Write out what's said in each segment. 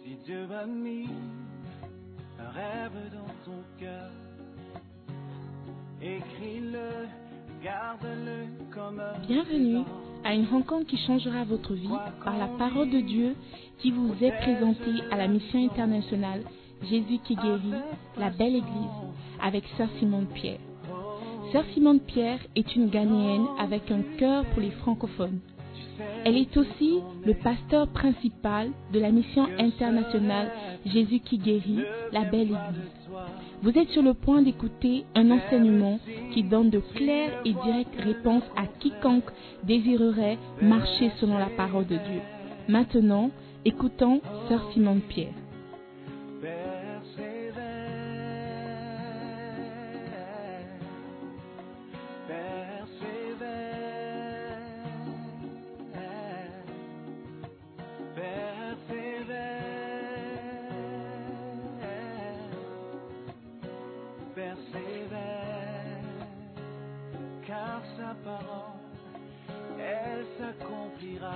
Si Dieu a mis un rêve dans ton cœur, écris-le, garde-le comme un... Bienvenue à une rencontre qui changera votre vie par la parole de Dieu qui vous est présentée à la mission internationale Jésus qui guérit, la belle église, avec Sœur Simone Pierre. Sœur Simone Pierre est une Ghanéenne avec un cœur pour les francophones. Elle est aussi le pasteur principal de la mission internationale Jésus qui guérit, la belle église. Vous êtes sur le point d'écouter un enseignement qui donne de claires et directes réponses à quiconque désirerait marcher selon la parole de Dieu. Maintenant, écoutons Sœur Simone Pierre. Car sa parole, elle s'accomplira.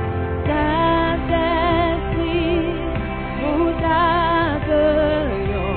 Saint-Esprit, nous t'adorons.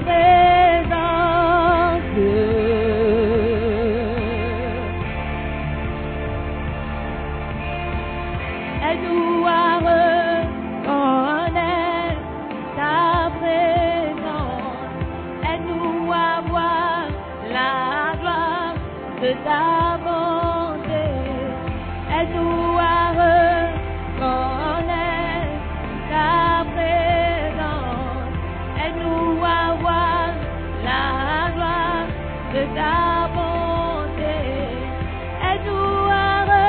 Aide-nous à reconnaître ta présence. Aide-nous à voir la gloire de ta bonté. Aide-nous à reconnaître ta présence. Aide-nous à voir la gloire de ta bonté. Aide-nous à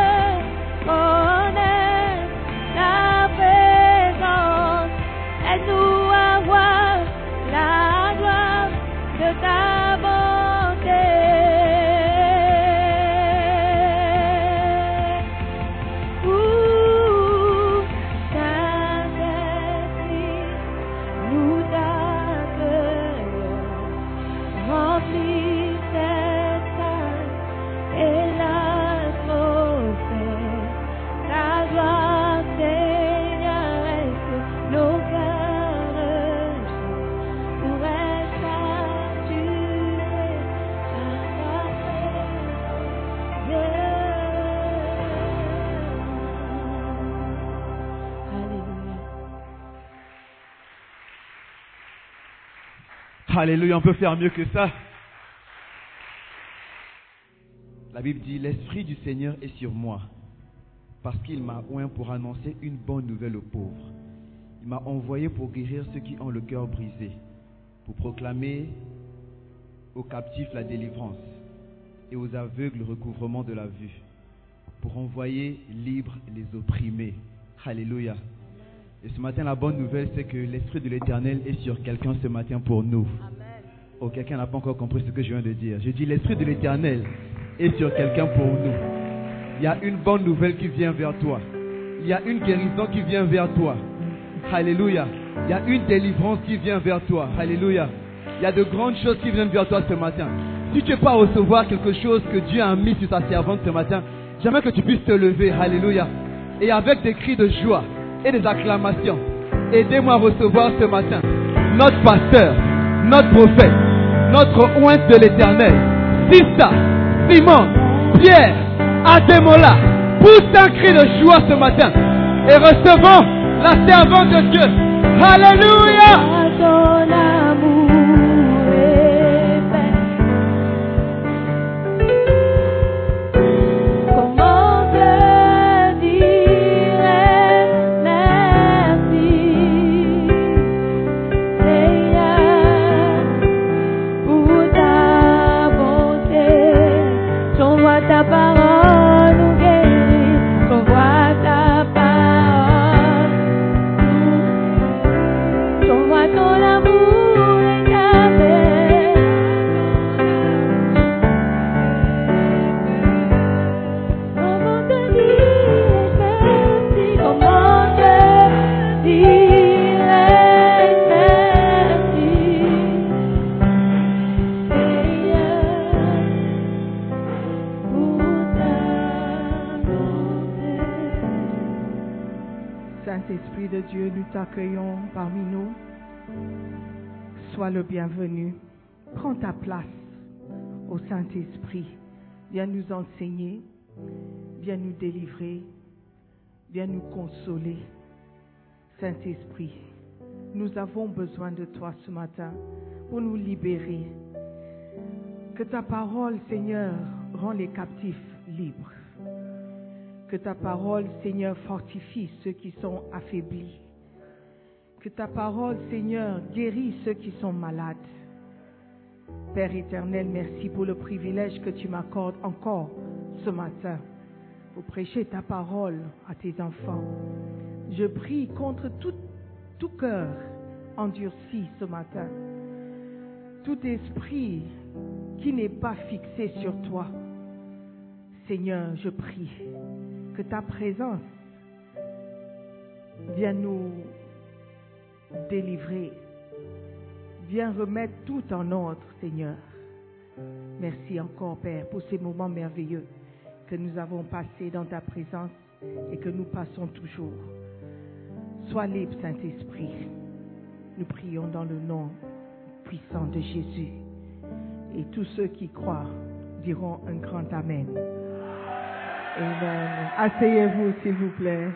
reconnaître ta présence. Aide-nous à voir la gloire de ta bonté. Saint-Esprit, nous t'accueillons. Remplis cette salle et l'atmosphère. Ta gloire, Seigneur, reste nos cœurs pour être saturés par ta présence. Alléluia. Alléluia, on peut faire mieux que ça. La Bible dit, l'Esprit du Seigneur est sur moi, parce qu'il m'a oint pour annoncer une bonne nouvelle aux pauvres. Il m'a envoyé pour guérir ceux qui ont le cœur brisé, pour proclamer aux captifs la délivrance et aux aveugles le recouvrement de la vue, pour envoyer libres les opprimés. Alléluia. Et ce matin, la bonne nouvelle, c'est que l'Esprit de l'Éternel est sur quelqu'un ce matin pour nous. Oh, quelqu'un n'a pas encore compris ce que je viens de dire. Je dis, l'Esprit de l'Éternel est sur quelqu'un pour nous. Il y a une bonne nouvelle qui vient vers toi. Il y a une guérison qui vient vers toi. Alléluia. Il y a une délivrance qui vient vers toi. Alléluia. Il y a de grandes choses qui viennent vers toi ce matin. Si tu ne peux pas recevoir quelque chose que Dieu a mis sur ta servante ce matin, j'aimerais que tu puisses te lever. Alléluia. Et avec des cris de joie et des acclamations, aidez-moi à recevoir ce matin notre pasteur, notre prophète, notre ointe de l'Éternel, Sista, Simon, Pierre, Ademola. Pousse un cri de joie ce matin et recevons la servante de Dieu. Alléluia. Ton amour est fait. Comment te dirais merci, Seigneur, pour ta bonté. J'envoie ta parole nous guérir. J'envoie ta parole. J'envoie ton amour et ta paix. Comment te dire merci? Comment te dire merci, Seigneur, pour ta bonté. Saint-Esprit de Dieu, nous t'accueillons parmi nous. Sois le bienvenu. Prends ta place au Saint-Esprit. Viens nous enseigner, viens nous délivrer, viens nous consoler. Saint-Esprit, nous avons besoin de toi ce matin pour nous libérer. Que ta parole, Seigneur, rend les captifs libres. Que ta parole, Seigneur, fortifie ceux qui sont affaiblis. Que ta parole, Seigneur, guérit ceux qui sont malades. Père éternel, merci pour le privilège que tu m'accordes encore ce matin pour prêcher ta parole à tes enfants. Je prie contre tout cœur endurci ce matin. Tout esprit qui n'est pas fixé sur toi. Seigneur, je prie que ta présence vienne nous délivrer. Viens remettre tout en ordre, Seigneur. Merci encore, Père, pour ces moments merveilleux que nous avons passés dans ta présence et que nous passons toujours. Sois libre, Saint-Esprit. Nous prions dans le nom puissant de Jésus. Et tous ceux qui croient diront un grand Amen. Amen. Asseyez-vous, s'il vous plaît.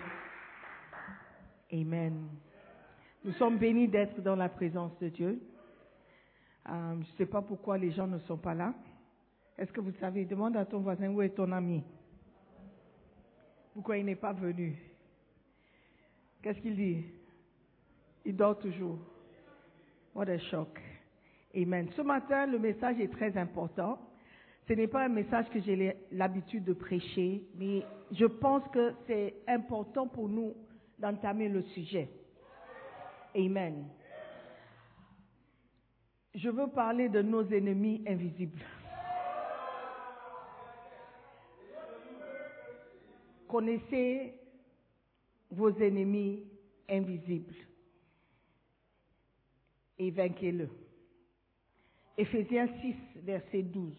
Amen. Nous sommes bénis d'être dans la présence de Dieu. Je ne sais pas pourquoi les gens ne sont pas là. Est-ce que vous savez? Demande à ton voisin, où est ton ami? Pourquoi il n'est pas venu? Qu'est-ce qu'il dit? Il dort toujours. What a shock. Amen. Ce matin, le message est très important. Ce n'est pas un message que j'ai l'habitude de prêcher, mais je pense que c'est important pour nous d'entamer le sujet. Amen. Je veux parler de nos ennemis invisibles. Connaissez vos ennemis invisibles et vainquez-le. Éphésiens 6, verset 12.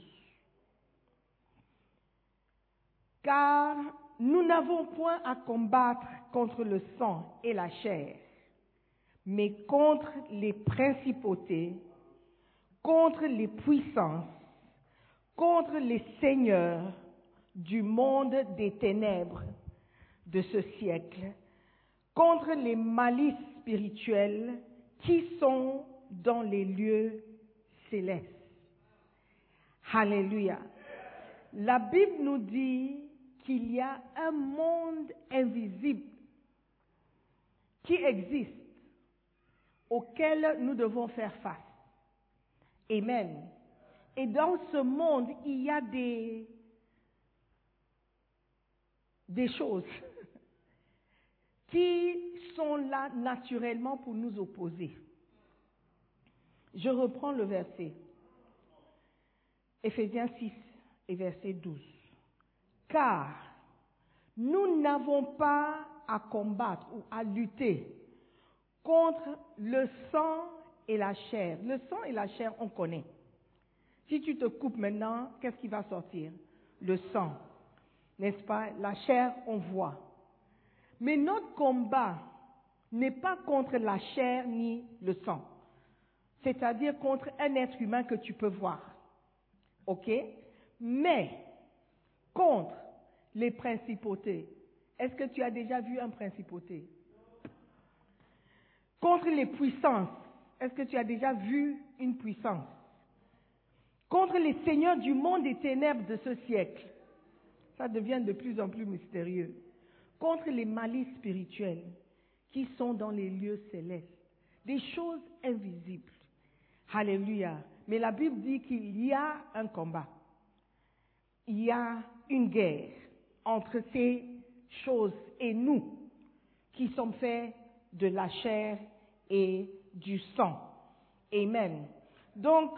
Car nous n'avons point à combattre contre le sang et la chair, mais contre les principautés, contre les puissances, contre les seigneurs du monde des ténèbres de ce siècle, contre les malices spirituelles qui sont dans les lieux célestes. Alléluia. La Bible nous dit qu'il y a un monde invisible qui existe, auquel nous devons faire face. Amen. Et dans ce monde, il y a des choses qui sont là naturellement pour nous opposer. Je reprends le verset. Éphésiens 6 et verset 12. Car nous n'avons pas à combattre ou à lutter contre le sang et la chair. Le sang et la chair, on connaît. Si tu te coupes maintenant, qu'est-ce qui va sortir? Le sang. N'est-ce pas? La chair, on voit. Mais notre combat n'est pas contre la chair ni le sang. C'est-à-dire contre un être humain que tu peux voir. OK? Mais contre les principautés. Est-ce que tu as déjà vu un principauté? Contre les puissances. Est-ce que tu as déjà vu une puissance? Contre les seigneurs du monde des ténèbres de ce siècle. Ça devient de plus en plus mystérieux. Contre les malices spirituelles qui sont dans les lieux célestes. Des choses invisibles. Alléluia. Mais la Bible dit qu'il y a un combat. Il y a une guerre entre ces choses et nous qui sommes faits de la chair et du sang. Amen. Donc,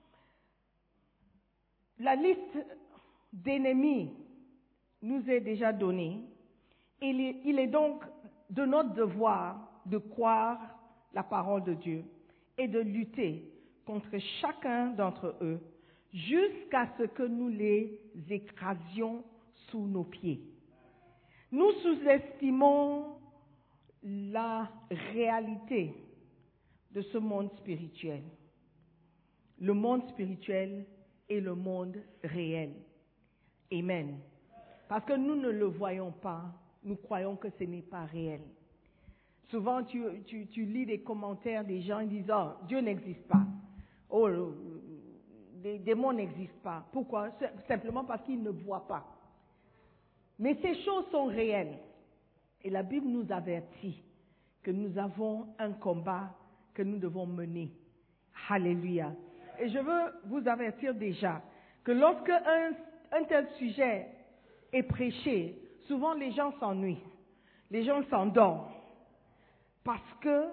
la liste d'ennemis nous est déjà donnée. Il est donc de notre devoir de croire la parole de Dieu et de lutter contre chacun d'entre eux jusqu'à ce que nous les écrasions sous nos pieds. Nous sous-estimons la réalité de ce monde spirituel. Le monde spirituel et le monde réel. Amen. Parce que nous ne le voyons pas, nous croyons que ce n'est pas réel. Souvent, tu lis des commentaires des gens qui disent « Oh, Dieu n'existe pas. Oh, les démons n'existent pas. » Pourquoi? Simplement parce qu'ils ne voient pas. Mais ces choses sont réelles. Et la Bible nous avertit que nous avons un combat que nous devons mener. Alléluia. Et je veux vous avertir déjà que lorsque un tel sujet est prêché, souvent les gens s'ennuient. Les gens s'endorment. Parce que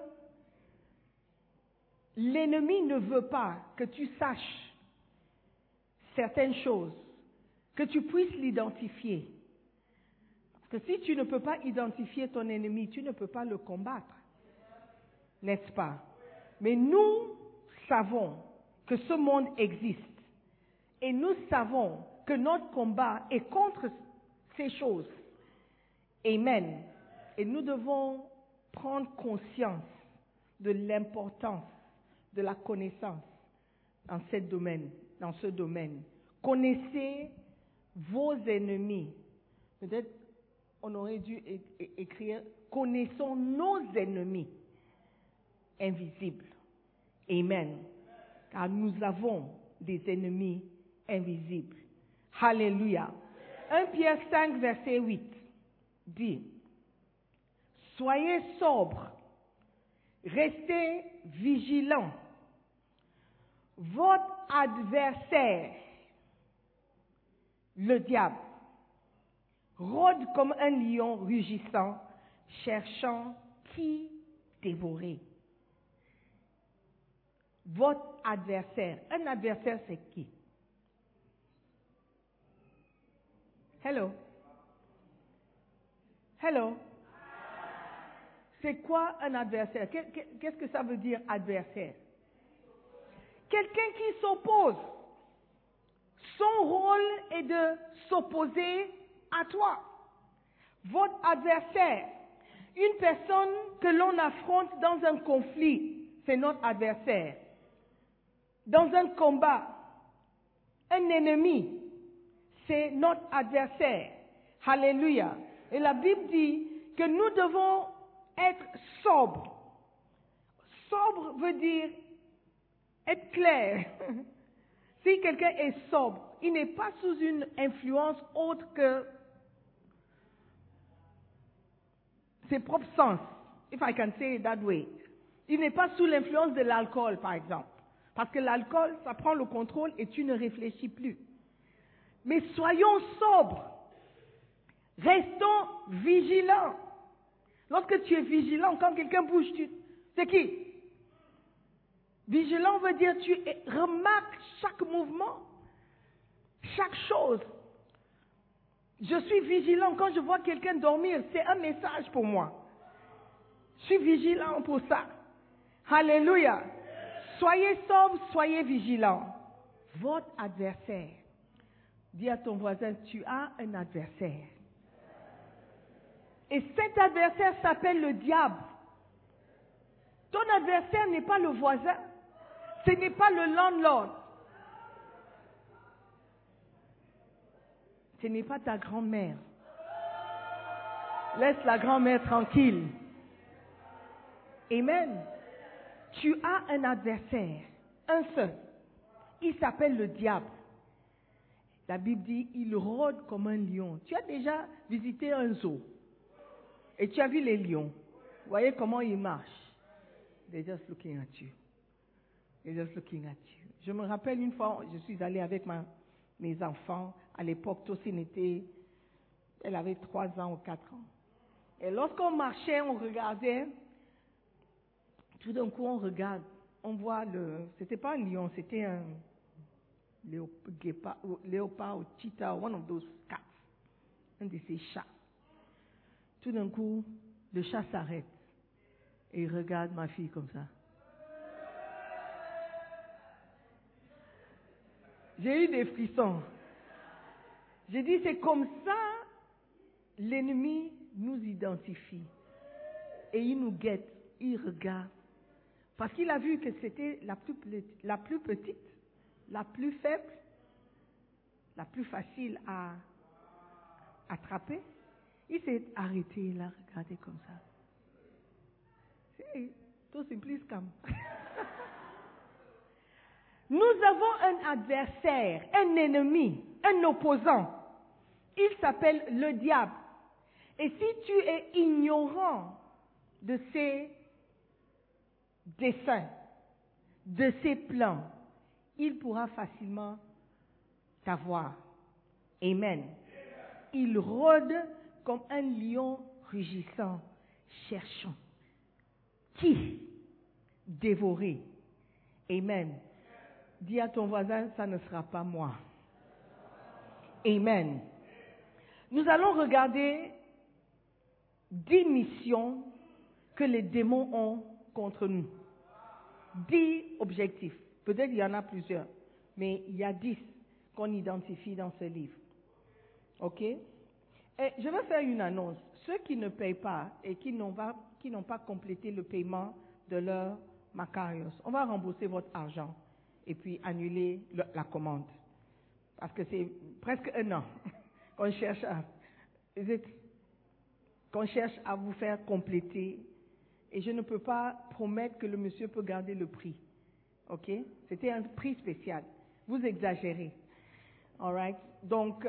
l'ennemi ne veut pas que tu saches certaines choses, que tu puisses l'identifier. Parce que si tu ne peux pas identifier ton ennemi, tu ne peux pas le combattre. N'est-ce pas? Mais nous savons que ce monde existe. Et nous savons que notre combat est contre ces choses. Amen. Et nous devons prendre conscience de l'importance de la connaissance dans ce domaine. Connaissez vos ennemis. Peut-être on aurait dû écrire « Connaissons nos ennemis invisibles ». Amen. Car nous avons des ennemis invisibles. Alléluia. 1 Pierre 5, verset 8 dit « Soyez sobres, restez vigilants. Votre adversaire, le diable, rôde comme un lion rugissant, cherchant qui dévorer. » Votre adversaire. Un adversaire, c'est qui? Hello? Hello? C'est quoi un adversaire? Qu'est-ce que ça veut dire, adversaire? Quelqu'un qui s'oppose. Son rôle est de s'opposer à toi. Votre adversaire. Une personne que l'on affronte dans un conflit, c'est notre adversaire. Dans un combat, un ennemi, c'est notre adversaire. Alléluia. Et la Bible dit que nous devons être sobres. Sobre veut dire être clair. Si quelqu'un est sobre, il n'est pas sous une influence autre que ses propres sens, if I can say it that way. Il n'est pas sous l'influence de l'alcool, par exemple. Parce que l'alcool, ça prend le contrôle et tu ne réfléchis plus. Mais soyons sobres. Restons vigilants. Lorsque tu es vigilant, quand quelqu'un bouge, c'est qui? Vigilant veut dire tu remarques chaque mouvement, chaque chose. Je suis vigilant quand je vois quelqu'un dormir, c'est un message pour moi. Je suis vigilant pour ça. Alléluia. Soyez sobres, soyez vigilants. Votre adversaire. Dis à ton voisin, tu as un adversaire. Et cet adversaire s'appelle le diable. Ton adversaire n'est pas le voisin. Ce n'est pas le landlord. Ce n'est pas ta grand-mère. Laisse la grand-mère tranquille. Amen. Tu as un adversaire, un seul. Il s'appelle le diable. La Bible dit, il rôde comme un lion. Tu as déjà visité un zoo et tu as vu les lions. Vous voyez comment ils marchent. They're just looking at you. They're just looking at you. Je me rappelle une fois, je suis allée avec mes enfants. À l'époque, Tocine elle avait 3 ans ou 4 ans. Et lorsqu'on marchait, on regardait. Tout d'un coup, on regarde. On voit c'était pas un lion, c'était un léopard ou cheetah, one of those cats. Un de ces chats. Tout d'un coup, le chat s'arrête. Et il regarde ma fille comme ça. J'ai eu des frissons. J'ai dit, c'est comme ça, l'ennemi nous identifie. Et il nous guette, il regarde. Parce qu'il a vu que c'était la plus petite, la plus faible, la plus facile à attraper. Il s'est arrêté, il a regardé comme ça. C'est tout simple comme. Nous avons un adversaire, un ennemi, un opposant. Il s'appelle le diable. Et si tu es ignorant de ses desseins, de ses plans, il pourra facilement t'avoir. Amen. Il rôde comme un lion rugissant, cherchant qui dévorer. Amen. Dis à ton voisin, ça ne sera pas moi. Amen. Nous allons regarder 10 missions que les démons ont contre nous. 10 objectifs. Peut-être il y en a plusieurs, mais il y a 10 qu'on identifie dans ce livre. OK? Et je vais faire une annonce. Ceux qui ne payent pas et qui n'ont pas complété le paiement de leur Macarios, on va rembourser votre argent et puis annuler la commande. Parce que c'est presque 1 an qu'on cherche à vous faire compléter. Et je ne peux pas promettre que le monsieur peut garder le prix. OK? C'était un prix spécial. Vous exagérez. All right? Donc,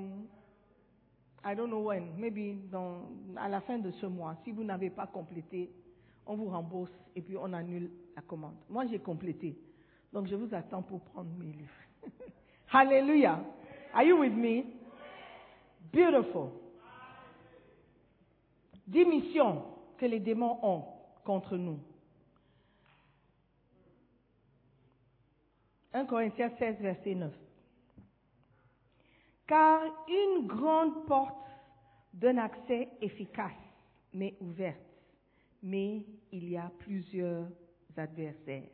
I don't know when, maybe à la fin de ce mois, si vous n'avez pas complété, on vous rembourse et puis on annule la commande. Moi, j'ai complété. Donc, je vous attends pour prendre mes livres. Hallelujah. Are you with me? Beautiful. 10 missions que les démons ont contre nous. 1 Corinthiens 16, verset 9. Car une grande porte d'un accès efficace m'est ouverte, mais il y a plusieurs adversaires.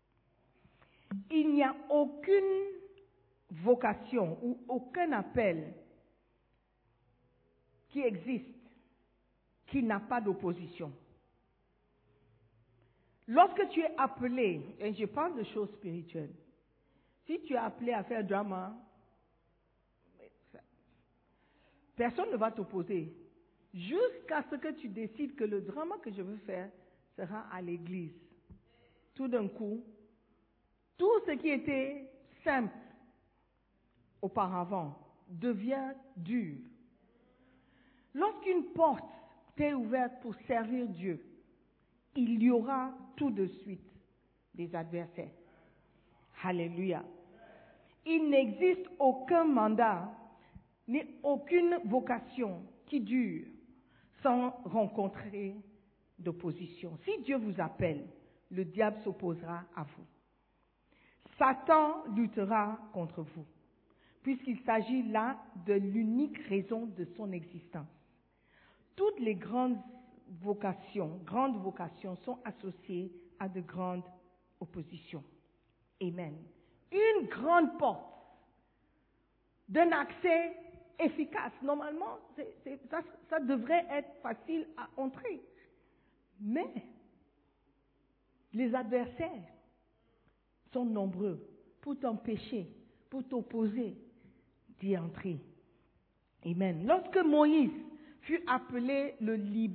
Il n'y a aucune vocation ou aucun appel qui existe qui n'a pas d'opposition. Lorsque tu es appelé, et je parle de choses spirituelles, si tu es appelé à faire drama, personne ne va t'opposer jusqu'à ce que tu décides que le drama que je veux faire sera à l'église. Tout d'un coup, tout ce qui était simple auparavant devient dur. Lorsqu'une porte t'est ouverte pour servir Dieu, il y aura tout de suite des adversaires. Alléluia. Il n'existe aucun mandat ni aucune vocation qui dure sans rencontrer d'opposition. Si Dieu vous appelle, le diable s'opposera à vous. Satan luttera contre vous, puisqu'il s'agit là de l'unique raison de son existence. Toutes les grandes vocations sont associées à de grandes oppositions. Amen. Une grande porte d'un accès efficace. Normalement, ça devrait être facile à entrer. Mais les adversaires sont nombreux pour t'empêcher, pour t'opposer d'y entrer. Amen. Lorsque Moïse fut appelé le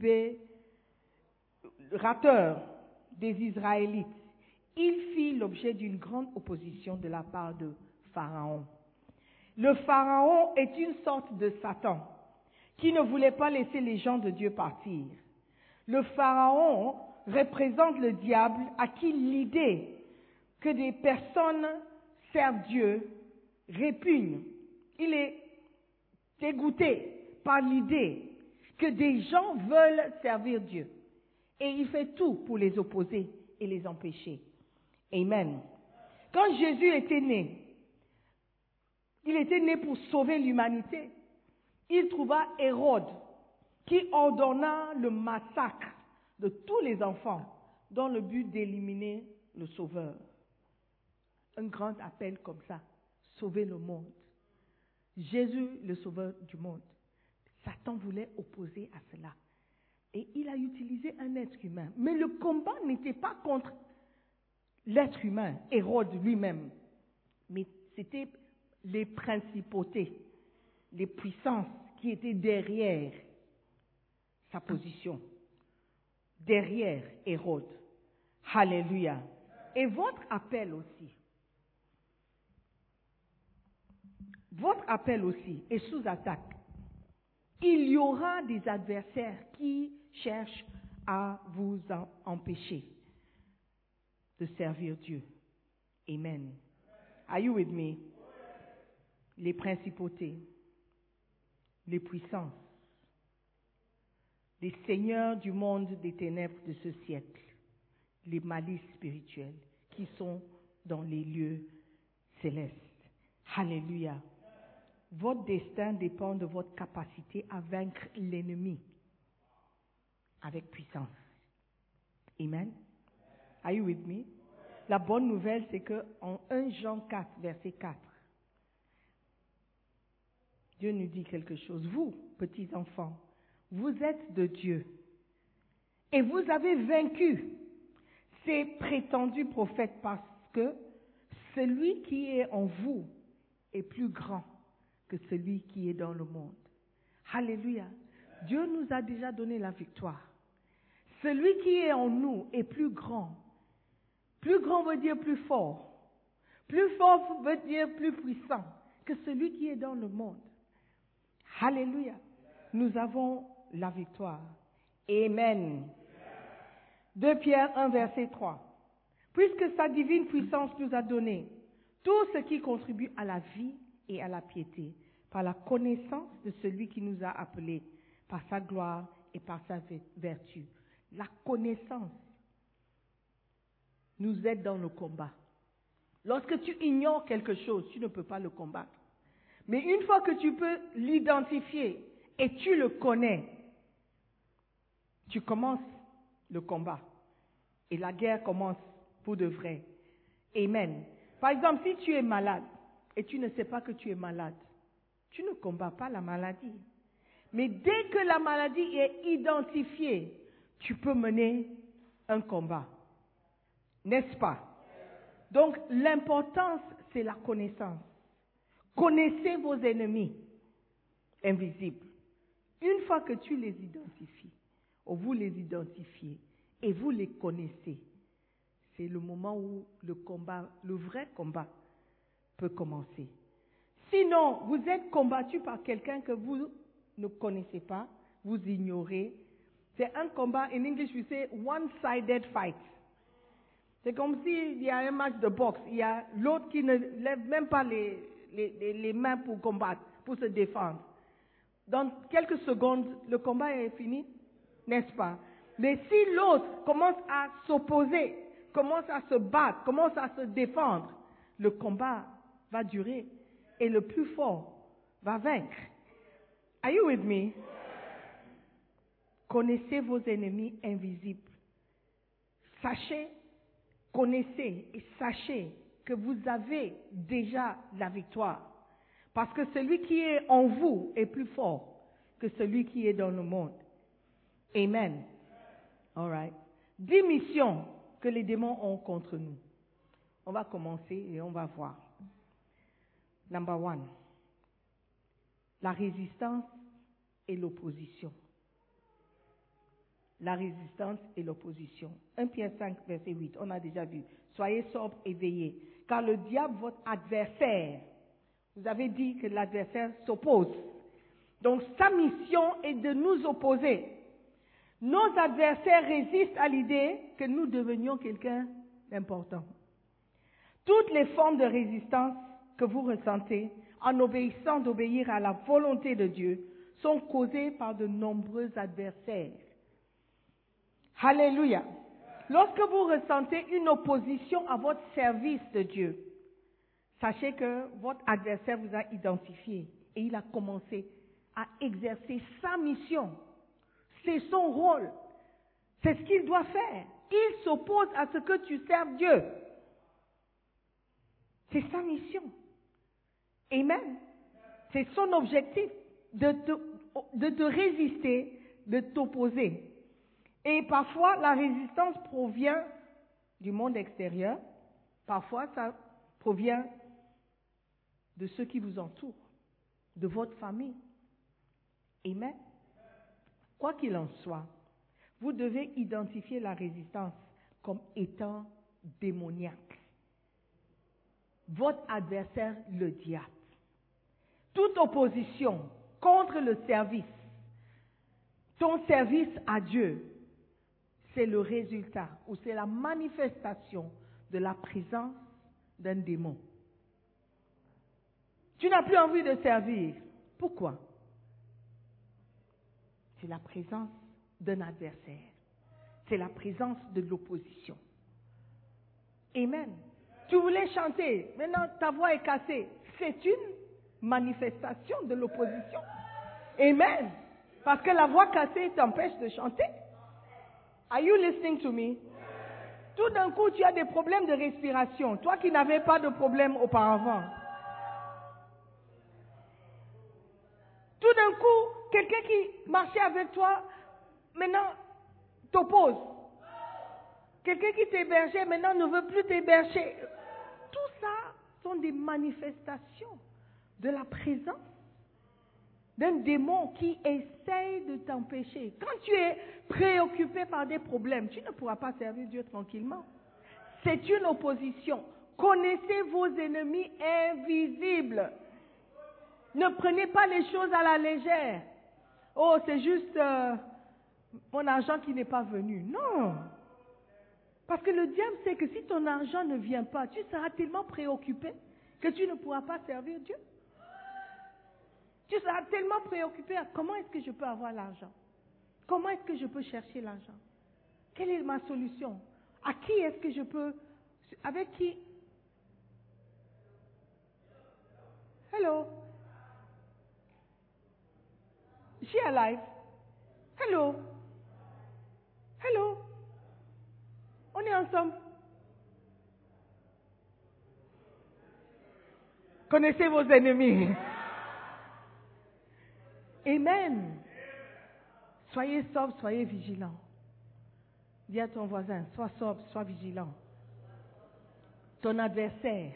libérateur des Israélites, il fit l'objet d'une grande opposition de la part de Pharaon. Le Pharaon est une sorte de Satan qui ne voulait pas laisser les gens de Dieu partir. Le Pharaon représente le diable à qui l'idée que des personnes servent Dieu répugne. Il est dégoûté par l'idée que des gens veulent servir Dieu. Et il fait tout pour les opposer et les empêcher. Amen. Quand Jésus était né, il était né pour sauver l'humanité. Il trouva Hérode qui ordonna le massacre de tous les enfants dans le but d'éliminer le Sauveur. Un grand appel comme ça, sauver le monde. Jésus, le Sauveur du monde. Satan voulait opposer à cela. Et il a utilisé un être humain. Mais le combat n'était pas contre l'être humain, Hérode lui-même. Mais c'était les principautés, les puissances qui étaient derrière sa position. Derrière Hérode. Alléluia. Et votre appel aussi. Votre appel aussi est sous attaque. Il y aura des adversaires qui cherchent à vous empêcher de servir Dieu. Amen. Are you with me? Les principautés, les puissances, les seigneurs du monde des ténèbres de ce siècle, les malices spirituelles qui sont dans les lieux célestes. Alléluia. Votre destin dépend de votre capacité à vaincre l'ennemi avec puissance. Amen. Are you with me? La bonne nouvelle, c'est que en 1 Jean 4, verset 4, Dieu nous dit quelque chose. Vous, petits enfants, vous êtes de Dieu et vous avez vaincu ces prétendus prophètes parce que celui qui est en vous est plus grand que celui qui est dans le monde. Alléluia. Dieu nous a déjà donné la victoire. Celui qui est en nous est plus grand. Plus grand veut dire plus fort. Plus fort veut dire plus puissant que celui qui est dans le monde. Alléluia. Nous avons la victoire. Amen. 2 Pierre 1, verset 3. Puisque sa divine puissance nous a donné tout ce qui contribue à la vie et à la piété, par la connaissance de celui qui nous a appelés, par sa gloire et par sa vertu. La connaissance nous aide dans le combat. Lorsque tu ignores quelque chose, tu ne peux pas le combattre. Mais une fois que tu peux l'identifier et tu le connais, tu commences le combat. Et la guerre commence pour de vrai. Amen. Par exemple, si tu es malade et tu ne sais pas que tu es malade, tu ne combats pas la maladie. Mais dès que la maladie est identifiée, tu peux mener un combat. N'est-ce pas? Donc, l'importance, c'est la connaissance. Connaissez vos ennemis invisibles. Une fois que tu les identifies, ou vous les identifiez, et vous les connaissez, c'est le moment où le combat, le vrai combat, peut commencer. Sinon, vous êtes combattu par quelqu'un que vous ne connaissez pas, vous ignorez. C'est un combat, in English we say one-sided fight. C'est comme s'il y a un match de boxe, il y a l'autre qui ne lève même pas les mains pour combattre, pour se défendre. Dans quelques secondes, le combat est fini, n'est-ce pas? Mais si l'autre commence à s'opposer, commence à se battre, commence à se défendre, le combat va durer et le plus fort va vaincre. Are you with me? Connaissez vos ennemis invisibles. Sachez, connaissez et sachez que vous avez déjà la victoire. Parce que celui qui est en vous est plus fort que celui qui est dans le monde. Amen. All right. 10 missions que les démons ont contre nous. On va commencer et on va voir. Number 1. La résistance et l'opposition. La résistance et l'opposition. 1 Pierre 5, verset 8, on a déjà vu. Soyez sobres et veillez, car le diable, votre adversaire, vous avez dit que l'adversaire s'oppose. Donc sa mission est de nous opposer. Nos adversaires résistent à l'idée que nous devenions quelqu'un d'important. Toutes les formes de résistance que vous ressentez en obéissant d'obéir à la volonté de Dieu sont causées par de nombreux adversaires. Alléluia. Lorsque vous ressentez une opposition à votre service de Dieu, sachez que votre adversaire vous a identifié et il a commencé à exercer sa mission. C'est son rôle. C'est ce qu'il doit faire. Il s'oppose à ce que tu serves Dieu. C'est sa mission. Amen. C'est son objectif de te résister, de t'opposer. Et parfois, la résistance provient du monde extérieur. Parfois, ça provient de ceux qui vous entourent, de votre famille. Amen. Quoi qu'il en soit, vous devez identifier la résistance comme étant démoniaque. Votre adversaire, le diable. Toute opposition contre le service, ton service à Dieu, c'est le résultat ou c'est la manifestation de la présence d'un démon. Tu n'as plus envie de servir. Pourquoi? C'est la présence d'un adversaire. C'est la présence de l'opposition. Amen. Tu voulais chanter, maintenant ta voix est cassée. C'est une manifestation de l'opposition. Amen. Parce que la voix cassée t'empêche de chanter. Are you listening to me? Tout d'un coup, tu as des problèmes de respiration. Toi qui n'avais pas de problème auparavant. Tout d'un coup, quelqu'un qui marchait avec toi, maintenant, t'oppose. Quelqu'un qui t'hébergeait maintenant ne veut plus t'héberger. Tout ça sont des manifestations de la présence d'un démon qui essaye de t'empêcher. Quand tu es préoccupé par des problèmes, tu ne pourras pas servir Dieu tranquillement. C'est une opposition. Connaissez vos ennemis invisibles. Ne prenez pas les choses à la légère. Oh, c'est juste mon argent qui n'est pas venu. Non. Parce que le diable sait que si ton argent ne vient pas, tu seras tellement préoccupé que tu ne pourras pas servir Dieu. Tu seras tellement préoccupé à comment est-ce que je peux avoir l'argent? Comment est-ce que je peux chercher l'argent? Quelle est ma solution? À qui est-ce que je peux... Avec qui? Hello? Is she alive? Hello? Hello? On est ensemble. Connaissez vos ennemis. Amen. Soyez sobres, soyez vigilants. Dis à ton voisin, sois sobre, sois vigilant. Ton adversaire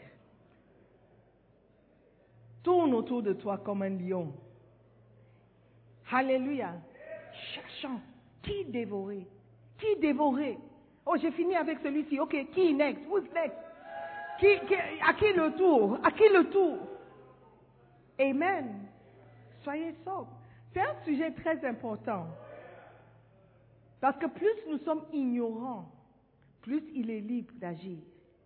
tourne autour de toi comme un lion. Alléluia. Cherchant qui dévorer. Qui dévorer. Oh, j'ai fini avec celui-ci. Ok, qui next? Who's next? À qui le tour? À qui le tour? Amen. Soyez sobres. C'est un sujet très important. Parce que plus nous sommes ignorants, plus il est libre d'agir.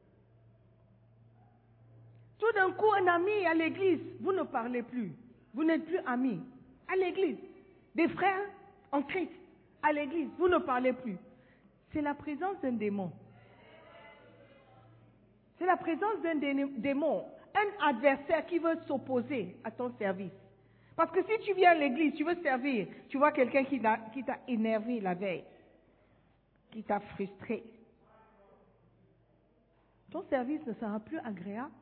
Tout d'un coup, un ami à l'église, vous ne parlez plus. Vous n'êtes plus amis. À l'église. Des frères en Christ. À l'église, vous ne parlez plus. C'est la présence d'un démon. C'est la présence d'un démon. Un adversaire qui veut s'opposer à ton service. Parce que si tu viens à l'église, tu veux servir, tu vois quelqu'un qui t'a énervé la veille, qui t'a frustré. Ton service ne sera plus agréable.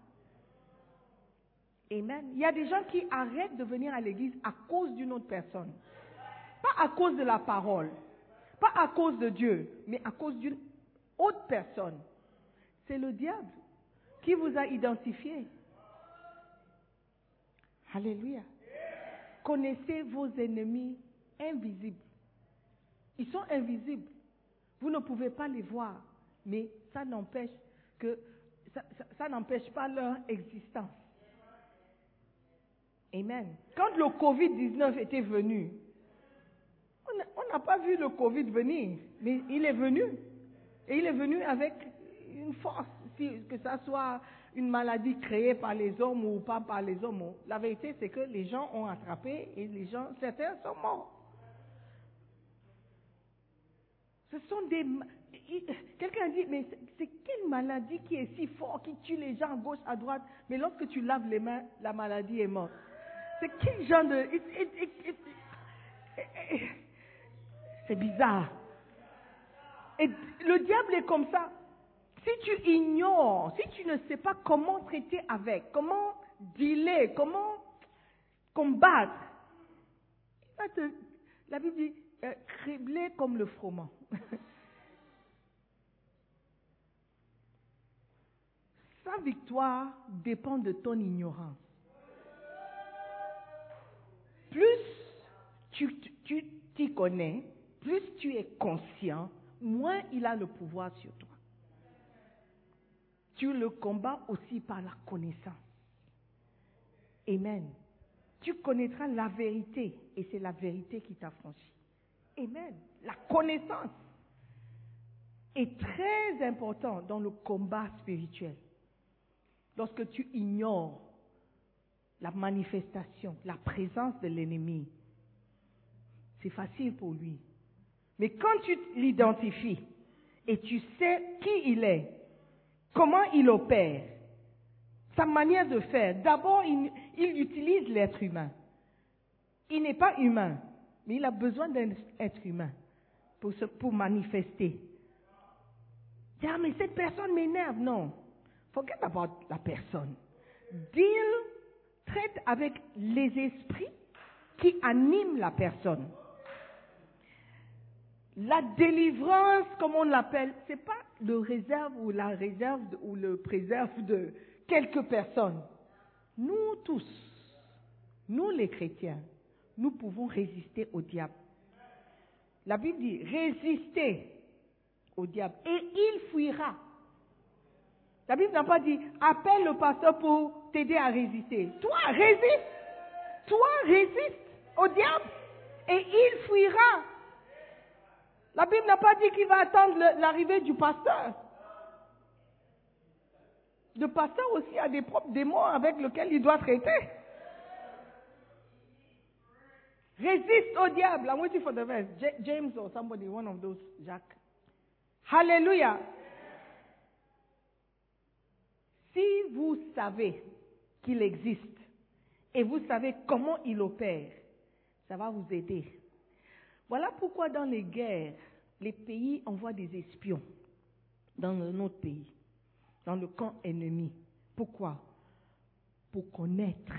Amen. Il y a des gens qui arrêtent de venir à l'église à cause d'une autre personne. Pas à cause de la parole, pas à cause de Dieu, mais à cause d'une autre personne. C'est le diable qui vous a identifié. Alléluia. Connaissez vos ennemis invisibles. Ils sont invisibles. Vous ne pouvez pas les voir, mais ça n'empêche pas leur existence. Amen. Quand le Covid-19 était venu, on n'a pas vu le Covid venir, mais il est venu. Et il est venu avec une force, que ça soit une maladie créée par les hommes ou pas par les hommes. La vérité, c'est que les gens ont attrapé et certains sont morts. Ce sont des... Quelqu'un a dit, mais c'est quelle maladie qui est si forte, qui tue les gens à gauche, à droite, mais lorsque tu laves les mains, la maladie est morte. C'est quel genre de... C'est bizarre. Et le diable est comme ça. Si tu ignores, si tu ne sais pas comment traiter avec, comment dealer, comment combattre, la Bible dit, cribler comme le froment. Sa victoire dépend de ton ignorance. Plus tu t'y connais, plus tu es conscient, moins il a le pouvoir sur toi. Tu le combats aussi par la connaissance. Amen. Tu connaîtras la vérité et c'est la vérité qui t'affranchit. Amen. La connaissance est très importante dans le combat spirituel. Lorsque tu ignores la manifestation, la présence de l'ennemi, c'est facile pour lui. Mais quand tu l'identifies et tu sais qui il est, comment il opère, sa manière de faire, d'abord il utilise l'être humain. Il n'est pas humain, mais il a besoin d'un être humain pour manifester. Ah, mais cette personne m'énerve. Non, forget about la personne. Traite avec les esprits qui animent la personne. La délivrance, comme on l'appelle, ce n'est pas le réserve ou la réserve ou le préserve de quelques personnes. Nous tous, nous les chrétiens, nous pouvons résister au diable. La Bible dit, résistez au diable et il fuira. La Bible n'a pas dit, appelle le pasteur pour t'aider à résister. Toi, résiste au diable et il fuira. La Bible n'a pas dit qu'il va attendre l'arrivée du pasteur. Le pasteur aussi a des propres démons avec lesquels il doit traiter. Résiste au diable. I'm waiting for the verse. James or somebody, one of those, Jacques. Hallelujah. Si vous savez qu'il existe et vous savez comment il opère, ça va vous aider. Voilà pourquoi dans les guerres, les pays envoient des espions dans notre pays, dans le camp ennemi. Pourquoi? Pour connaître,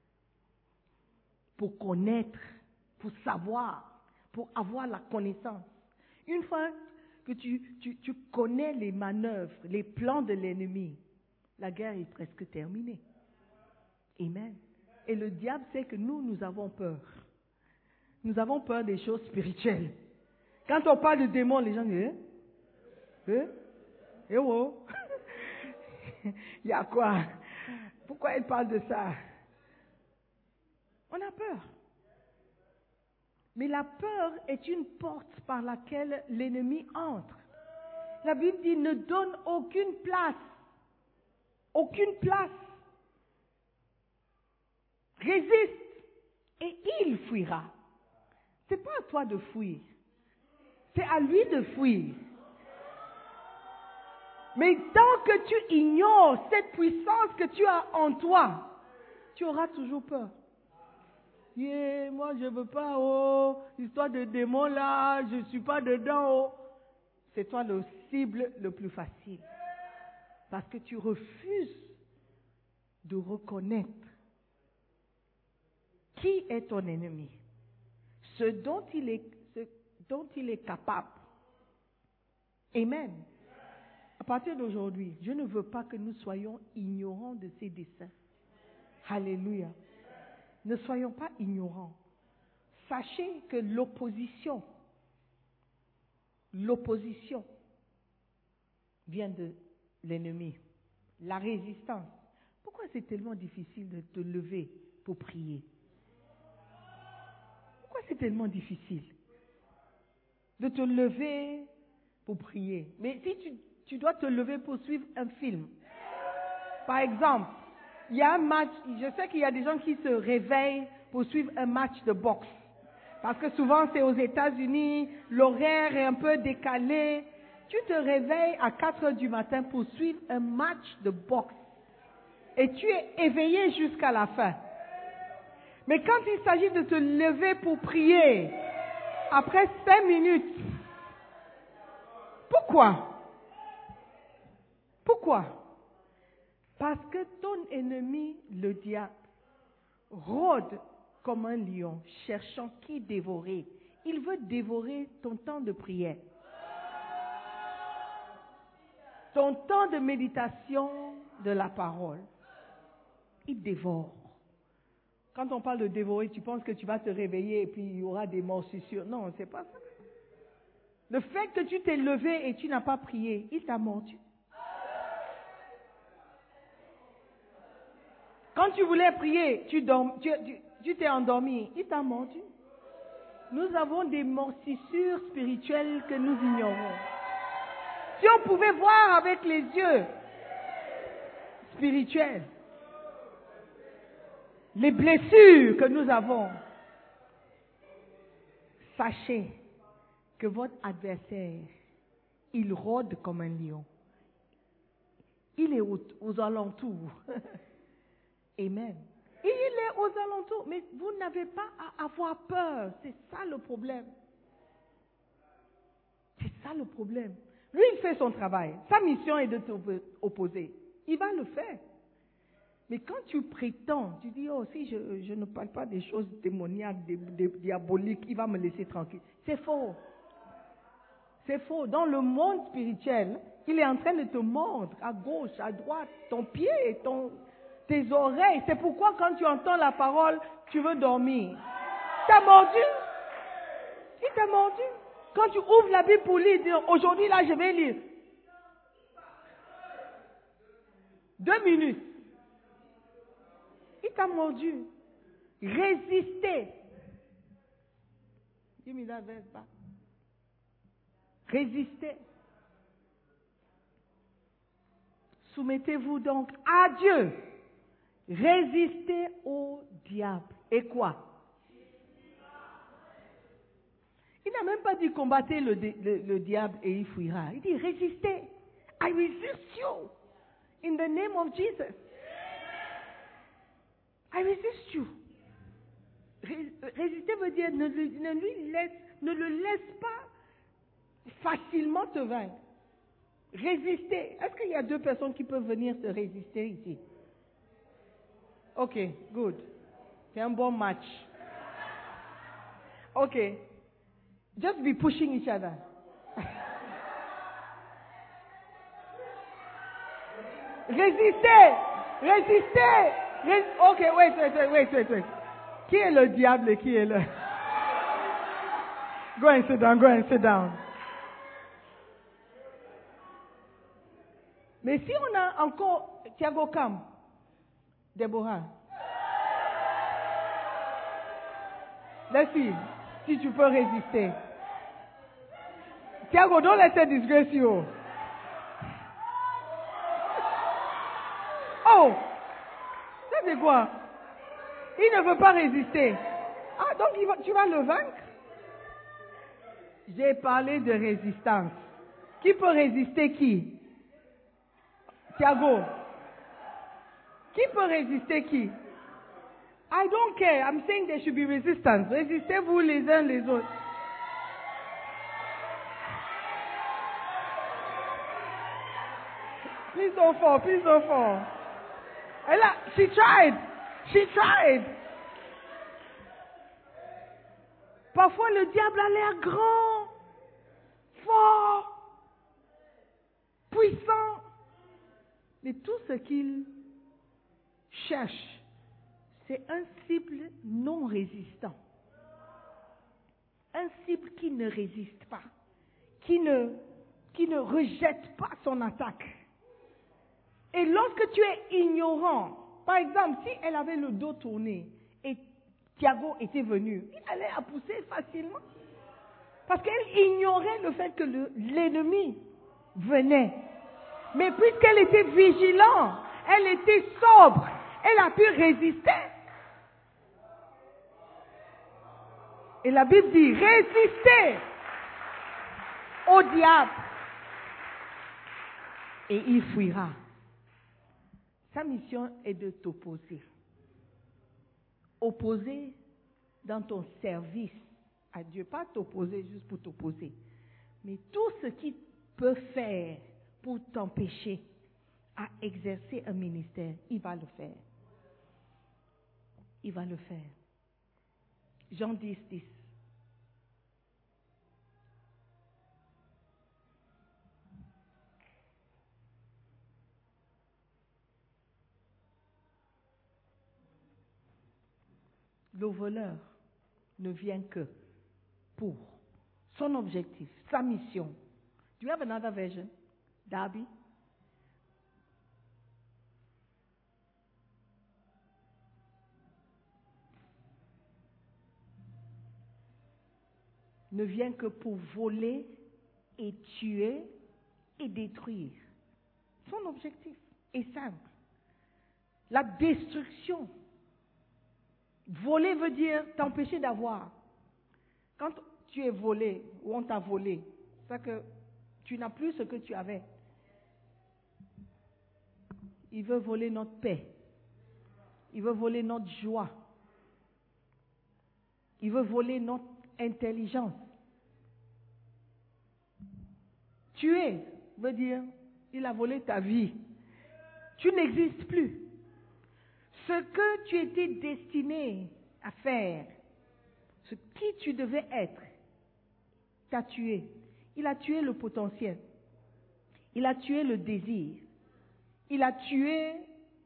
pour savoir, pour avoir la connaissance. Une fois que tu connais les manœuvres, les plans de l'ennemi, la guerre est presque terminée. Amen. Et le diable sait que nous avons peur. Nous avons peur des choses spirituelles. Quand on parle de démons, les gens disent, oh, il y a quoi? Pourquoi il parle de ça? On a peur. Mais la peur est une porte par laquelle l'ennemi entre. La Bible dit, ne donne aucune place. Aucune place. Résiste et il fuira. Ce n'est pas à toi de fuir. C'est à lui de fuir. Mais tant que tu ignores cette puissance que tu as en toi, tu auras toujours peur. Moi je ne veux pas, histoire de démon là, je ne suis pas dedans. C'est toi le cible le plus facile. Parce que tu refuses de reconnaître qui est ton ennemi, ce dont il est capable. Amen. À partir d'aujourd'hui, je ne veux pas que nous soyons ignorants de ses desseins. Alléluia. Ne soyons pas ignorants. Sachez que l'opposition vient de l'ennemi. La résistance. Pourquoi c'est tellement difficile de te lever pour prier? Pourquoi c'est tellement difficile de te lever pour prier? Mais si tu dois te lever pour suivre un film, par exemple, il y a un match, je sais qu'il y a des gens qui se réveillent pour suivre un match de boxe. Parce que souvent c'est aux États-Unis, l'horaire est un peu décalé. Tu te réveilles à 4 heures du matin pour suivre un match de boxe. Et tu es éveillé jusqu'à la fin. Mais quand il s'agit de te lever pour prier, après 5 minutes, pourquoi? Parce que ton ennemi, le diable, rôde comme un lion, cherchant qui dévorer. Il veut dévorer ton temps de prière. Ton temps de méditation de la parole. Il dévore. Quand on parle de dévorer, tu penses que tu vas te réveiller et puis il y aura des morsissures. Non, c'est pas ça. Le fait que tu t'es levé et tu n'as pas prié, il t'a mordu. Quand tu voulais prier, tu t'es endormi, il t'a mordu. Nous avons des morsissures spirituelles que nous ignorons. Si on pouvait voir avec les yeux spirituels, les blessures que nous avons, sachez que votre adversaire, il rôde comme un lion. Il est aux alentours. Amen. Il est aux alentours, mais vous n'avez pas à avoir peur. C'est ça le problème. C'est ça le problème. Lui, il fait son travail. Sa mission est de t'opposer. Il va le faire. Mais quand tu prétends, tu dis, si je ne parle pas des choses démoniaques, diaboliques, il va me laisser tranquille. C'est faux. C'est faux. Dans le monde spirituel, il est en train de te mordre à gauche, à droite, ton pied, tes oreilles. C'est pourquoi quand tu entends la parole, tu veux dormir. Il t'a mordu. Il t'a mordu. Quand tu ouvres la Bible pour lire, dire, aujourd'hui là je vais lire. 2 minutes. Il t'a mordu. Résistez. Dis-moi la verse pas. Résistez. Soumettez-vous donc à Dieu. Résistez au diable. Et quoi? Il n'a même pas dit combattez le diable et il fuira. Il dit résistez. I resist you. In the name of Jesus. I resist you. Résister veut dire ne le laisse pas facilement te vaincre. Résister. Est-ce qu'il y a 2 personnes qui peuvent venir se résister ici? Ok, good. C'est un bon match. Ok. Just be pushing each other. Résistez! Résistez! Ok, wait. Qui est le diable et qui est le... Go and sit down. Mais si on a encore Thiago Cam, Déborah, let's see si tu peux résister. Thiago, don't let her disgrace you. Oh, ça c'est quoi? Il ne veut pas résister. Ah, donc tu vas le vaincre? J'ai parlé de résistance. Qui peut résister qui? Thiago. Qui peut résister qui? I don't care. I'm saying there should be resistance. Résistez-vous les uns les autres. Please don't fall. And she tried. Parfois le diable a l'air grand, fort, puissant. Mais tout ce qu'il cherche, c'est un cible non résistant. Un cible qui ne résiste pas, qui ne rejette pas son attaque. Et lorsque tu es ignorant, par exemple, si elle avait le dos tourné et Thiago était venu, il allait la pousser facilement. Parce qu'elle ignorait le fait que l'ennemi venait. Mais puisqu'elle était vigilante, elle était sobre, elle a pu résister. Et la Bible dit, résistez au diable et il fuira. Sa mission est de t'opposer. Opposer dans ton service à Dieu. Pas t'opposer juste pour t'opposer. Mais tout ce qu'il peut faire pour t'empêcher à exercer un ministère, il va le faire. Il va le faire. Jean 10, 10. Le voleur ne vient que pour son objectif, sa mission. Do you have another version, Darby? Ne vient que pour voler et tuer et détruire. Son objectif est simple. La destruction. Voler veut dire t'empêcher d'avoir. Quand tu es volé ou on t'a volé, c'est que tu n'as plus ce que tu avais. Il veut voler notre paix. Il veut voler notre joie. Il veut voler notre intelligence. Tuer veut dire il a volé ta vie. Tu n'existes plus. Ce que tu étais destiné à faire, ce qui tu devais être, t'a tué. Il a tué le potentiel. Il a tué le désir. Il a tué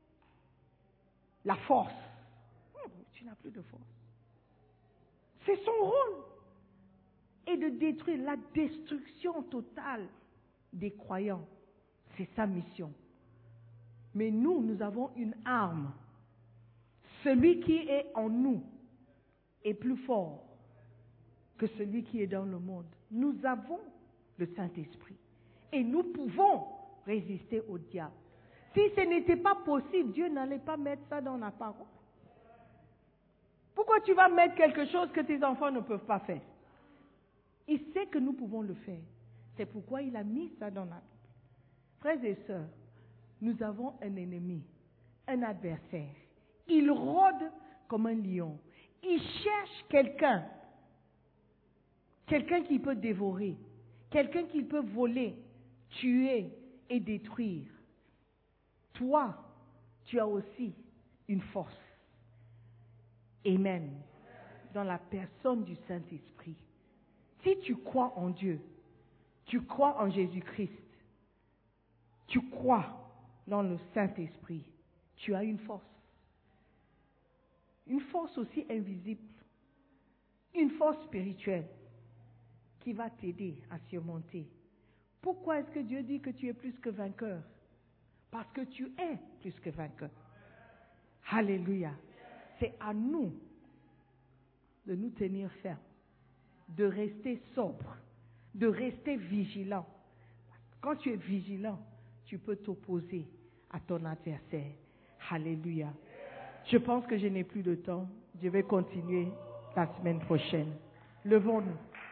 la force. Tu n'as plus de force. C'est son rôle. Et de détruire la destruction totale des croyants. C'est sa mission. Mais nous avons une arme. Celui qui est en nous est plus fort que celui qui est dans le monde. Nous avons le Saint-Esprit. Et nous pouvons résister au diable. Si ce n'était pas possible, Dieu n'allait pas mettre ça dans la parole. Pourquoi tu vas mettre quelque chose que tes enfants ne peuvent pas faire? Il sait que nous pouvons le faire. C'est pourquoi il a mis ça dans la Bible. Frères et sœurs, nous avons un ennemi, un adversaire. Il rôde comme un lion. Il cherche quelqu'un qui peut dévorer, quelqu'un qui peut voler, tuer et détruire. Toi, tu as aussi une force. Amen. Dans la personne du Saint-Esprit. Si tu crois en Dieu, tu crois en Jésus-Christ, tu crois dans le Saint-Esprit, tu as une force. Une force aussi invisible. Une force spirituelle qui va t'aider à surmonter. Pourquoi est-ce que Dieu dit que tu es plus que vainqueur? Parce que tu es plus que vainqueur. Alléluia. C'est à nous de nous tenir fermes, de rester sobres, de rester vigilants. Quand tu es vigilant, tu peux t'opposer à ton adversaire. Alléluia. Je pense que je n'ai plus de temps. Je vais continuer la semaine prochaine. Levons-nous.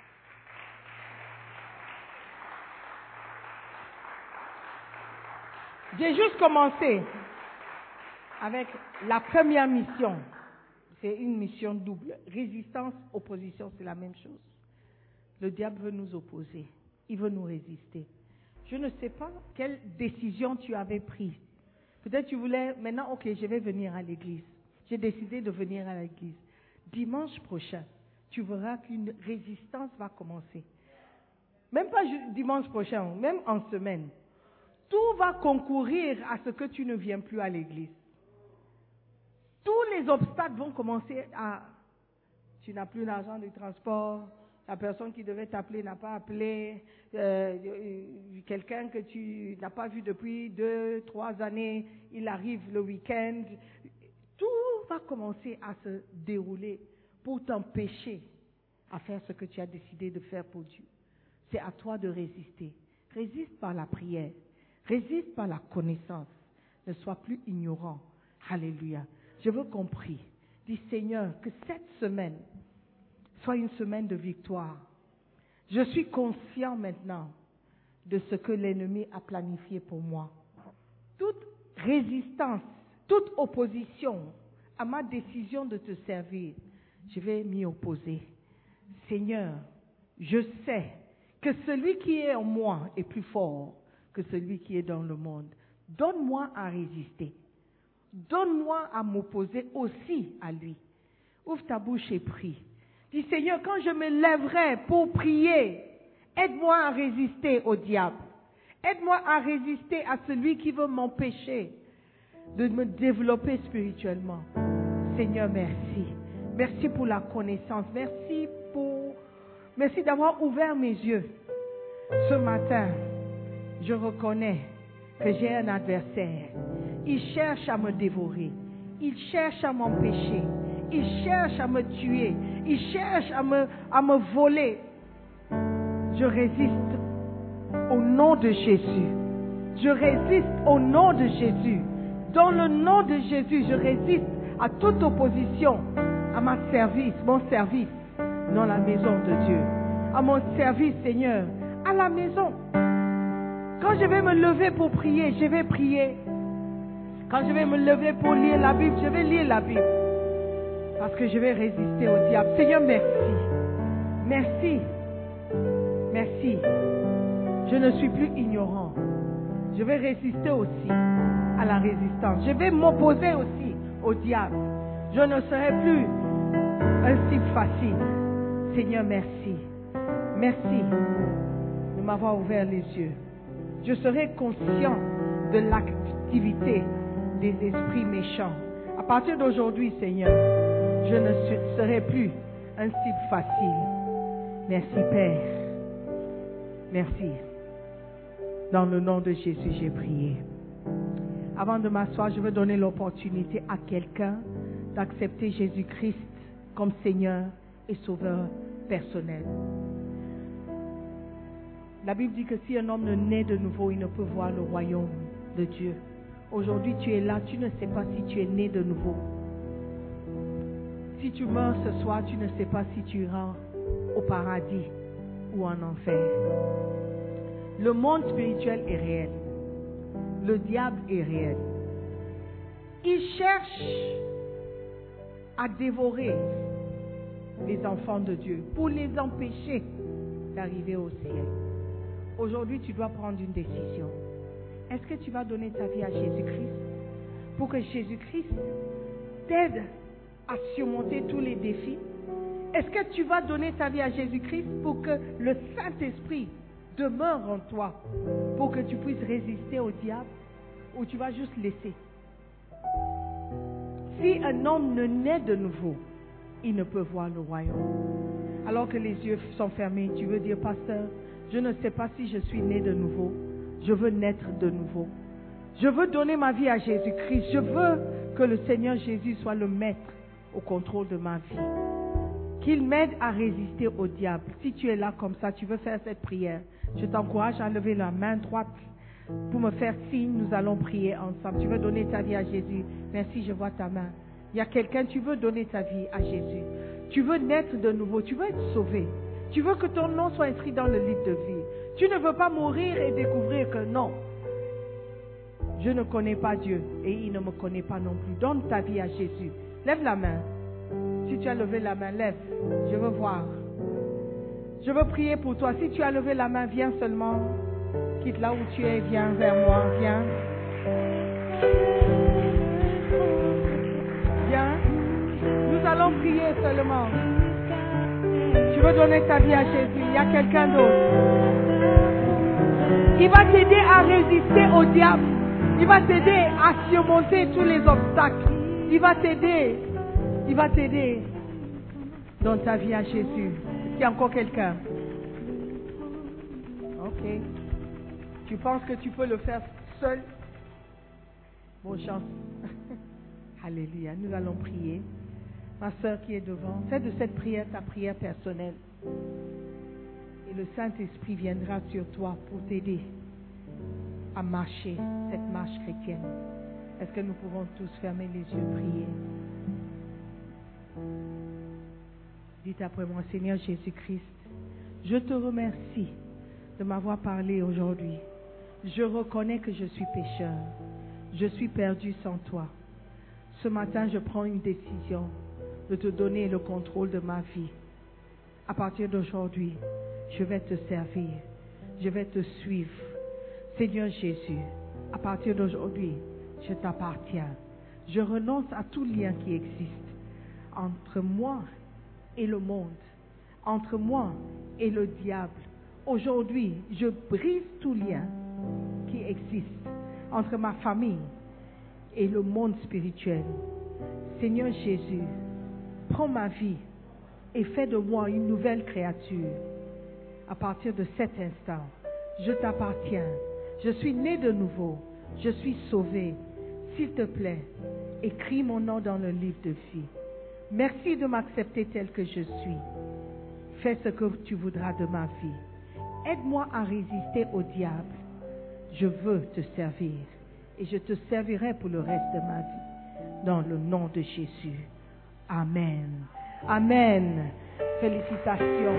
J'ai juste commencé avec la première mission. C'est une mission double. Résistance, opposition, c'est la même chose. Le diable veut nous opposer. Il veut nous résister. Je ne sais pas quelle décision tu avais prise. Peut-être tu voulais, maintenant, ok, je vais venir à l'église. J'ai décidé de venir à l'église. Dimanche prochain, tu verras qu'une résistance va commencer. Même pas dimanche prochain, même en semaine. Tout va concourir à ce que tu ne viens plus à l'église. Tous les obstacles vont commencer à... Tu n'as plus l'argent du transport, la personne qui devait t'appeler n'a pas appelé, quelqu'un que tu n'as pas vu depuis 2-3 années, il arrive le week-end. Tout va commencer à se dérouler pour t'empêcher à faire ce que tu as décidé de faire pour Dieu. C'est à toi de résister. Résiste par la prière. Résiste par la connaissance. Ne sois plus ignorant. Alléluia. Je veux qu'on prie. Dis Seigneur, que cette semaine soit une semaine de victoire. Je suis conscient maintenant de ce que l'ennemi a planifié pour moi. Toute résistance, toute opposition à ma décision de te servir, je vais m'y opposer. Seigneur, je sais que celui qui est en moi est plus fort que celui qui est dans le monde. Donne-moi à résister. Donne-moi à m'opposer aussi à lui. Ouvre ta bouche et prie. Dis Seigneur, quand je me lèverai pour prier, aide-moi à résister au diable. Aide-moi à résister à celui qui veut m'empêcher de me développer spirituellement. Seigneur, merci. Merci pour la connaissance. Merci d'avoir ouvert mes yeux. Ce matin, je reconnais que j'ai un adversaire. Il cherche à me dévorer. Il cherche à m'empêcher. Il cherche à me tuer. Il cherche à me voler. Je résiste au nom de Jésus. Je résiste au nom de Jésus. Dans le nom de Jésus, je résiste à toute opposition à mon service dans la maison de Dieu. À mon service, Seigneur, à la maison. Quand je vais me lever pour prier, je vais prier. Quand je vais me lever pour lire la Bible, je vais lire la Bible. Parce que je vais résister au diable. Seigneur, merci. Merci. Merci. Je ne suis plus ignorant. Je vais résister aussi à la résistance. Je vais m'opposer aussi au diable. Je ne serai plus un cible facile. Seigneur, merci. Merci. m'avoir ouvert les yeux. Je serai conscient de l'activité des esprits méchants. À partir d'aujourd'hui, Seigneur, je ne serai plus un cible facile. Merci, Père. Merci. Dans le nom de Jésus, j'ai prié. Avant de m'asseoir, je veux donner l'opportunité à quelqu'un d'accepter Jésus-Christ comme Seigneur et Sauveur personnel. La Bible dit que si un homme ne naît de nouveau, il ne peut voir le royaume de Dieu. Aujourd'hui, tu es là, tu ne sais pas si tu es né de nouveau. Si tu meurs ce soir, tu ne sais pas si tu iras au paradis ou en enfer. Le monde spirituel est réel. Le diable est réel. Il cherche à dévorer les enfants de Dieu pour les empêcher d'arriver au ciel. Aujourd'hui, tu dois prendre une décision. Est-ce que tu vas donner ta vie à Jésus-Christ pour que Jésus-Christ t'aide à surmonter tous les défis? Est-ce que tu vas donner ta vie à Jésus-Christ pour que le Saint-Esprit demeure en toi, pour que tu puisses résister au diable, ou tu vas juste laisser? Si un homme ne naît de nouveau, il ne peut voir le royaume. Alors que les yeux sont fermés, tu veux dire, pasteur, je ne sais pas si je suis né de nouveau. Je veux naître de nouveau. Je veux donner ma vie à Jésus-Christ. Je veux que le Seigneur Jésus soit le maître au contrôle de ma vie. Qu'il m'aide à résister au diable. Si tu es là comme ça, tu veux faire cette prière, je t'encourage à lever la main droite pour me faire signe. Nous allons prier ensemble. Tu veux donner ta vie à Jésus? Merci, je vois ta main. Il y a quelqu'un, tu veux donner ta vie à Jésus. Tu veux naître de nouveau. Tu veux être sauvé. Tu veux que ton nom soit inscrit dans le livre de vie. Tu ne veux pas mourir et découvrir que non, je ne connais pas Dieu et il ne me connaît pas non plus. Donne ta vie à Jésus. Lève la main. Si tu as levé la main, lève. Je veux voir. Je veux prier pour toi. Si tu as levé la main, viens seulement. Quitte là où tu es, viens vers moi. Viens. Viens. Nous allons prier seulement. Tu veux donner ta vie à Jésus. Il y a quelqu'un d'autre. Il va t'aider à résister au diable. Il va t'aider à surmonter tous les obstacles. Il va t'aider. Il va t'aider. Donne ta vie à Jésus. Est-ce qu'il y a encore quelqu'un? Ok. Tu penses que tu peux le faire seul? Bonne chance. Alléluia. Nous allons prier. Ma soeur qui est devant, fais de cette prière ta prière personnelle. Et le Saint-Esprit viendra sur toi pour t'aider à marcher cette marche chrétienne. Est-ce que nous pouvons tous fermer les yeux, prier? Dites après moi, Seigneur Jésus-Christ, je te remercie de m'avoir parlé aujourd'hui. Je reconnais que je suis pécheur. Je suis perdu sans toi. Ce matin, je prends une décision de te donner le contrôle de ma vie. À partir d'aujourd'hui, je vais te servir. Je vais te suivre. Seigneur Jésus, à partir d'aujourd'hui, je t'appartiens. Je renonce à tout lien qui existe entre moi et le monde, entre moi et le diable. Aujourd'hui, je brise tout lien qui existe entre ma famille et le monde spirituel. Seigneur Jésus, prends ma vie et fais de moi une nouvelle créature. À partir de cet instant, je t'appartiens. Je suis né de nouveau. Je suis sauvé. S'il te plaît, écris mon nom dans le livre de vie. Merci de m'accepter tel que je suis. Fais ce que tu voudras de ma vie. Aide-moi à résister au diable. Je veux te servir et je te servirai pour le reste de ma vie. Dans le nom de Jésus. Amen. Amen. Félicitations.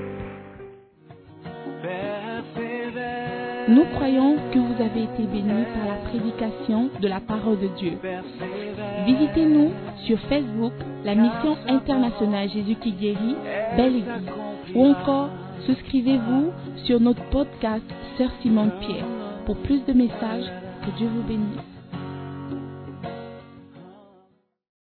Nous croyons que vous avez été bénis par la prédication de la parole de Dieu. Visitez-nous sur Facebook, la mission internationale Jésus qui guérit, Belle Église, ou encore souscrivez-vous sur notre podcast Sœur Simone Pierre. Pour plus de messages, que Dieu vous bénisse.